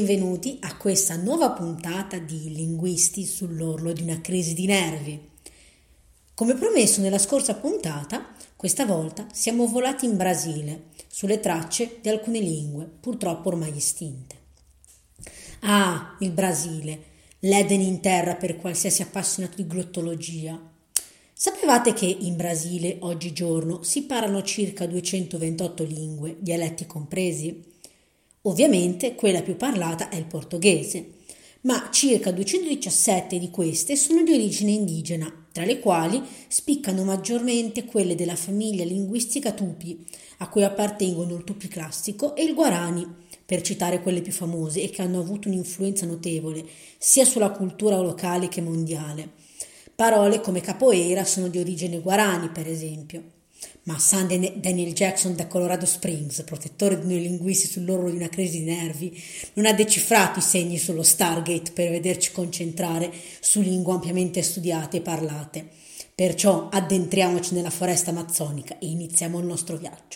benvenuti a questa nuova puntata di Linguisti sull'orlo di una crisi di nervi. Come promesso nella scorsa puntata, questa volta siamo volati in Brasile, sulle tracce di alcune lingue, purtroppo ormai estinte. Ah, il Brasile, l'Eden in terra per qualsiasi appassionato di glottologia. Sapevate che in Brasile oggigiorno si parlano circa 228 lingue, dialetti compresi? Ovviamente quella più parlata è il portoghese, ma circa 217 di queste sono di origine indigena, tra le quali spiccano maggiormente quelle della famiglia linguistica Tupi, a cui appartengono il Tupi classico e il Guarani, per citare quelle più famose e che hanno avuto un'influenza notevole sia sulla cultura locale che mondiale. Parole come capoeira sono di origine Guarani, per esempio. Ma San Daniel Jackson da Colorado Springs, protettore di noi linguisti sull'orlo di una crisi di nervi, non ha decifrato i segni sullo Stargate per vederci concentrare su lingue ampiamente studiate e parlate. Perciò addentriamoci nella foresta amazzonica e iniziamo il nostro viaggio.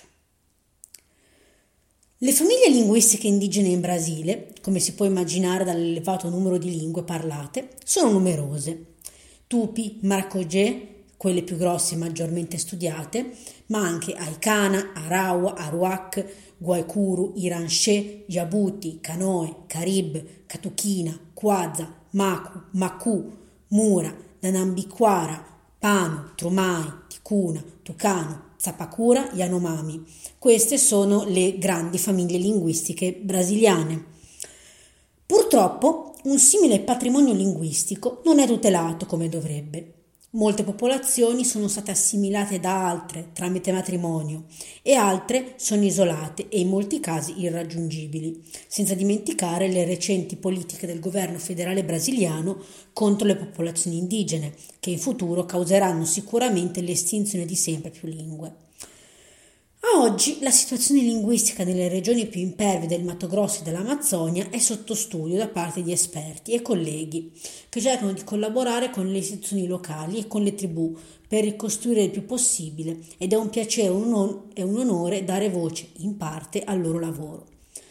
Le famiglie linguistiche indigene in Brasile, come si può immaginare dall'elevato numero di lingue parlate, sono numerose. Tupi, Maracogé, quelle più grosse e maggiormente studiate, ma anche Aicana, Arawa, Aruac, Guaicuru, Iranché, Jabuti, Canoe, Carib, Catuquina, Quadza, Macu, Macu, Mura, Nanambiquara, Pano, Trumai, Ticuna, Tucano, Zapacura, Yanomami. Queste sono le grandi famiglie linguistiche brasiliane. Purtroppo un simile patrimonio linguistico non è tutelato come dovrebbe. Molte popolazioni sono state assimilate da altre tramite matrimonio e altre sono isolate e in molti casi irraggiungibili, senza dimenticare le recenti politiche del governo federale brasiliano contro le popolazioni indigene, che in futuro causeranno sicuramente l'estinzione di sempre più lingue. A oggi la situazione linguistica nelle regioni più impervie del Mato Grosso e dell'Amazzonia è sotto studio da parte di esperti e colleghi che cercano di collaborare con le istituzioni locali e con le tribù per ricostruire il più possibile, ed è un piacere e un onore dare voce in parte al loro lavoro.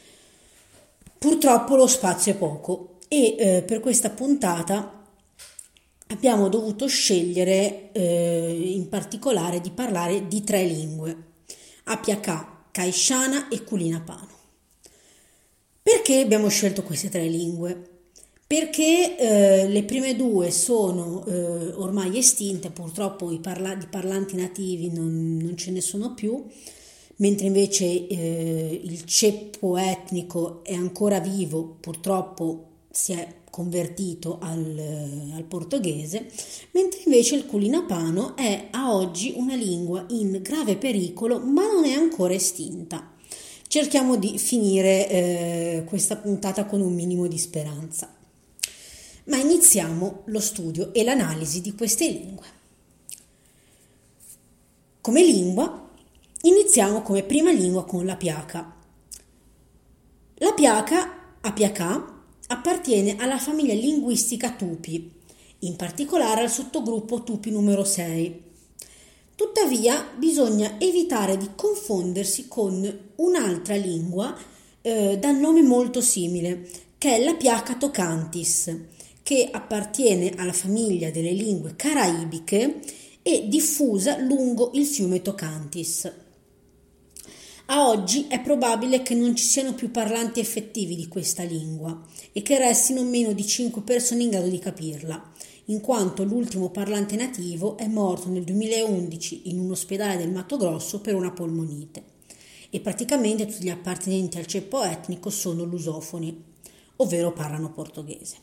Purtroppo lo spazio è poco e per questa puntata abbiamo dovuto scegliere in particolare di parlare di 3 lingue: Apiacá, Caixana e Culinapano. Perché abbiamo scelto queste 3 lingue? Perché le prime 2 sono ormai estinte, purtroppo di parlanti nativi non ce ne sono più, mentre invece il ceppo etnico è ancora vivo, purtroppo si è convertito al portoghese, mentre invece il culinapano è a oggi una lingua in grave pericolo, ma non è ancora estinta. Cerchiamo di finire questa puntata con un minimo di speranza. Ma iniziamo lo studio e l'analisi di queste lingue. Come lingua, iniziamo come prima lingua con l'apiaca. L'apiaca, Apiacá, appartiene alla famiglia linguistica Tupi, in particolare al sottogruppo Tupi numero 6. Tuttavia bisogna evitare di confondersi con un'altra lingua dal nome molto simile, che è l'Apiaca tocantis, che appartiene alla famiglia delle lingue caraibiche e diffusa lungo il fiume Tocantins. A oggi è probabile che non ci siano più parlanti effettivi di questa lingua e che restino meno di 5 persone in grado di capirla, in quanto l'ultimo parlante nativo è morto nel 2011 in un ospedale del Mato Grosso per una polmonite, e praticamente tutti gli appartenenti al ceppo etnico sono lusofoni, ovvero parlano portoghese.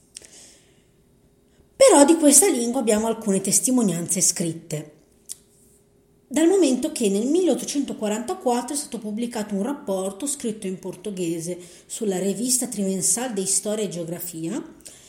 Però di questa lingua abbiamo alcune testimonianze scritte, dal momento che nel 1844 è stato pubblicato un rapporto scritto in portoghese sulla rivista trimensale di Storia e Geografia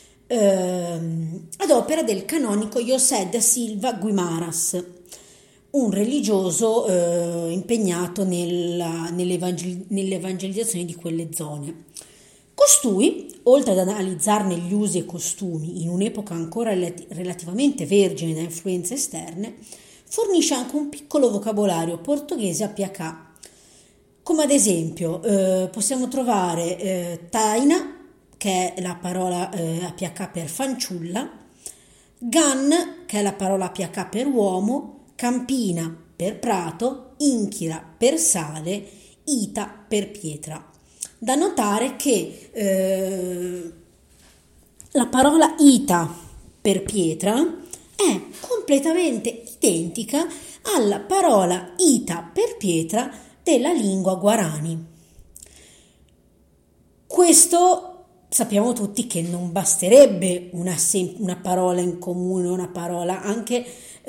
ad opera del canonico José da Silva Guimarães, un religioso impegnato nell'evangelizzazione di quelle zone. Costui, oltre ad analizzarne gli usi e costumi in un'epoca ancora relativamente vergine da influenze esterne, fornisce anche un piccolo vocabolario portoghese apiacá, come ad esempio possiamo trovare taina, che è la parola APH per fanciulla, Gan, che è la parola APH per uomo, Campina per prato, Inchira per sale, Ita per pietra. Da notare che la parola Ita per pietra è completamente identica alla parola Ita per pietra della lingua guarani. Questo sappiamo tutti che non basterebbe una parola in comune, una parola anche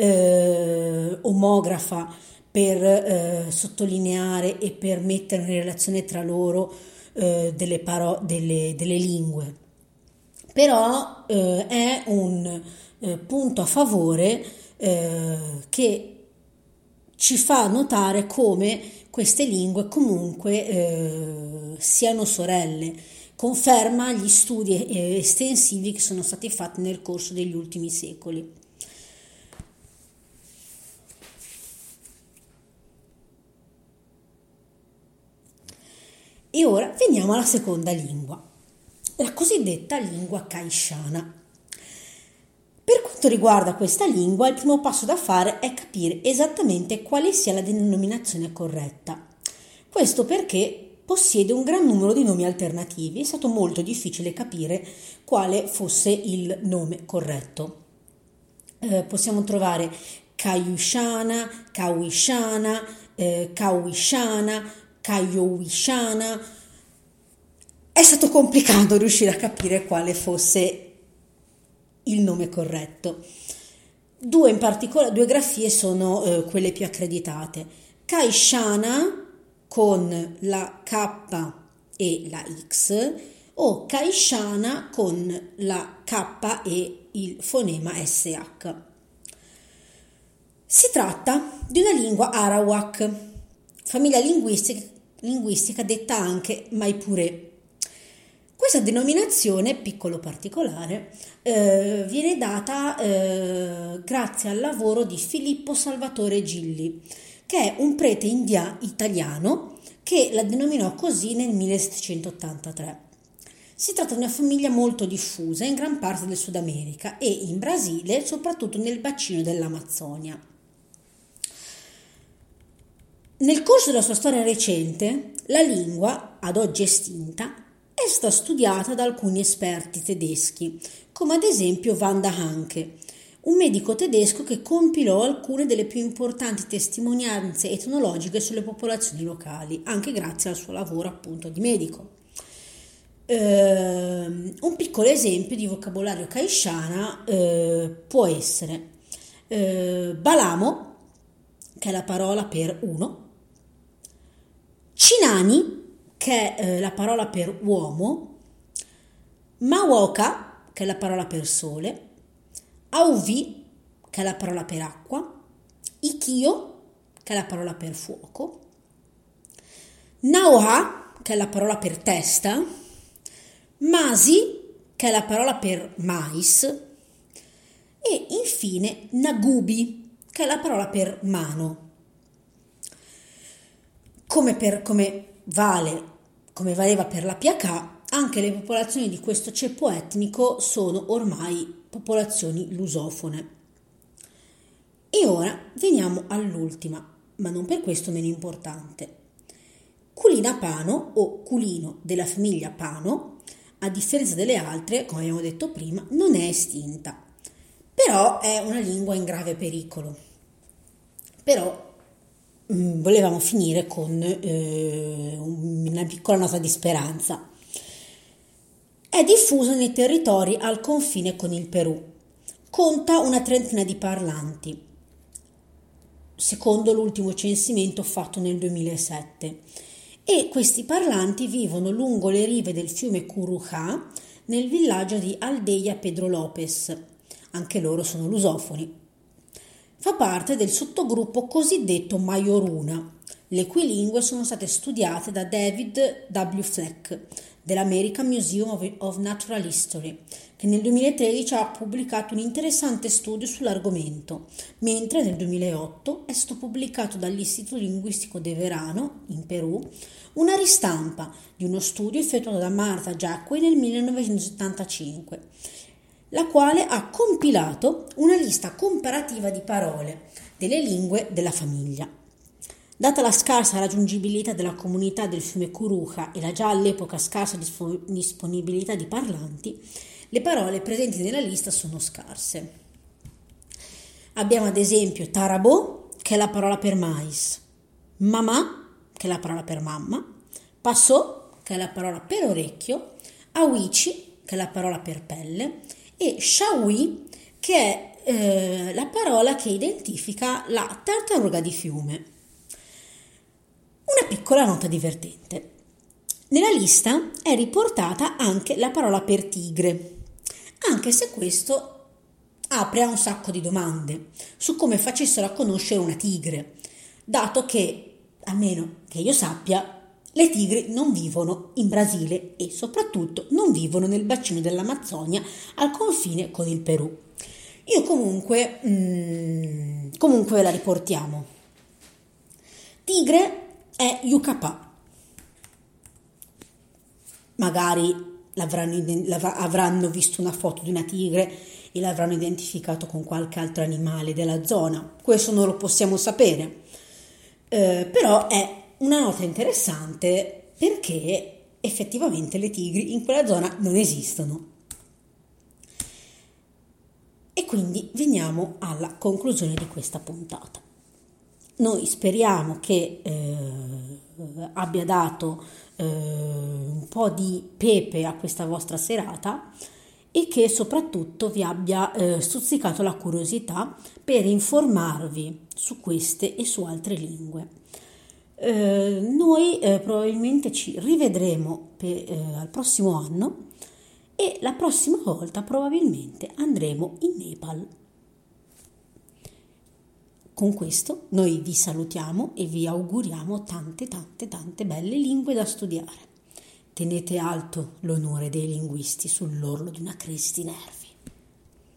omografa per sottolineare e per mettere in relazione tra loro delle lingue. Però è un punto a favore che ci fa notare come queste lingue comunque siano sorelle, conferma gli studi estensivi che sono stati fatti nel corso degli ultimi secoli. E ora veniamo alla seconda lingua, la cosiddetta lingua caisciana. Per quanto riguarda questa lingua, il primo passo da fare è capire esattamente quale sia la denominazione corretta. Questo perché possiede un gran numero di nomi alternativi, è stato molto difficile capire quale fosse il nome corretto. Possiamo trovare Kaiusciana, Kawisciana, Kawisciana, Kaiowisciana. È stato complicato riuscire a capire quale fosse il nome corretto. Due grafie sono quelle più accreditate. Kaisciana con la K e la X o Kaisciana con la K e il fonema SH. Si tratta di una lingua arawak, famiglia linguistica detta anche Maipure. Questa denominazione, piccolo particolare, viene data grazie al lavoro di Filippo Salvatore Gilli, che è un prete italiano che la denominò così nel 1783. Si tratta di una famiglia molto diffusa in gran parte del Sud America e in Brasile, soprattutto nel bacino dell'Amazzonia. Nel corso della sua storia recente, la lingua, ad oggi estinta, è stata studiata da alcuni esperti tedeschi, come ad esempio Wanda Hanke, un medico tedesco che compilò alcune delle più importanti testimonianze etnologiche sulle popolazioni locali, anche grazie al suo lavoro appunto di medico. Un piccolo esempio di vocabolario caisciana può essere Balamo, che è la parola per uno, Cinani, che è la parola per uomo, Mawoka, che è la parola per sole, Auvi, che è la parola per acqua, Ikio, che è la parola per fuoco, Naoha, che è la parola per testa, Masi, che è la parola per mais, e infine Nagubi, che è la parola per mano. Come valeva per la PH, anche le popolazioni di questo ceppo etnico sono ormai popolazioni lusofone. E ora veniamo all'ultima, ma non per questo meno importante. Culina Pano o Culino della famiglia Pano, a differenza delle altre, come abbiamo detto prima, non è estinta, però è una lingua in grave pericolo. Però volevamo finire con una piccola nota di speranza. È diffusa nei territori al confine con il Perù. Conta una trentina di parlanti, secondo l'ultimo censimento fatto nel 2007. E questi parlanti vivono lungo le rive del fiume Curujá nel villaggio di Aldeia Pedro López. Anche loro sono lusofoni. Fa parte del sottogruppo cosiddetto Mayoruna, le cui lingue sono state studiate da David W. Fleck dell'American Museum of Natural History, che nel 2013 ha pubblicato un interessante studio sull'argomento, mentre nel 2008 è stato pubblicato dall'Istituto Linguistico de Verano, in Perù, una ristampa di uno studio effettuato da Martha Jacquey nel 1975, la quale ha compilato una lista comparativa di parole delle lingue della famiglia. Data la scarsa raggiungibilità della comunità del fiume Curuca e la già all'epoca scarsa disponibilità di parlanti, le parole presenti nella lista sono scarse. Abbiamo ad esempio tarabò, che è la parola per mais, mamà, che è la parola per mamma, passò, che è la parola per orecchio, awici, che è la parola per pelle, e shawi, che è la parola che identifica la tartaruga di fiume. Una piccola nota divertente. Nella lista è riportata anche la parola per tigre, anche se questo apre a un sacco di domande su come facessero a conoscere una tigre, dato che, almeno che io sappia, le tigri non vivono in Brasile e soprattutto non vivono nel bacino dell'Amazzonia al confine con il Perù. Io comunque la riportiamo. Tigre è yucapà. Magari avranno visto una foto di una tigre e l'avranno identificato con qualche altro animale della zona. Questo non lo possiamo sapere. Però è una nota interessante perché effettivamente le tigri in quella zona non esistono. E quindi veniamo alla conclusione di questa puntata. Noi speriamo che abbia dato un po' di pepe a questa vostra serata e che soprattutto vi abbia stuzzicato la curiosità per informarvi su queste e su altre lingue. Noi probabilmente ci rivedremo al prossimo anno e la prossima volta probabilmente andremo in Nepal. Con questo noi vi salutiamo e vi auguriamo tante belle lingue da studiare. Tenete alto l'onore dei linguisti sull'orlo di una crisi di nervi.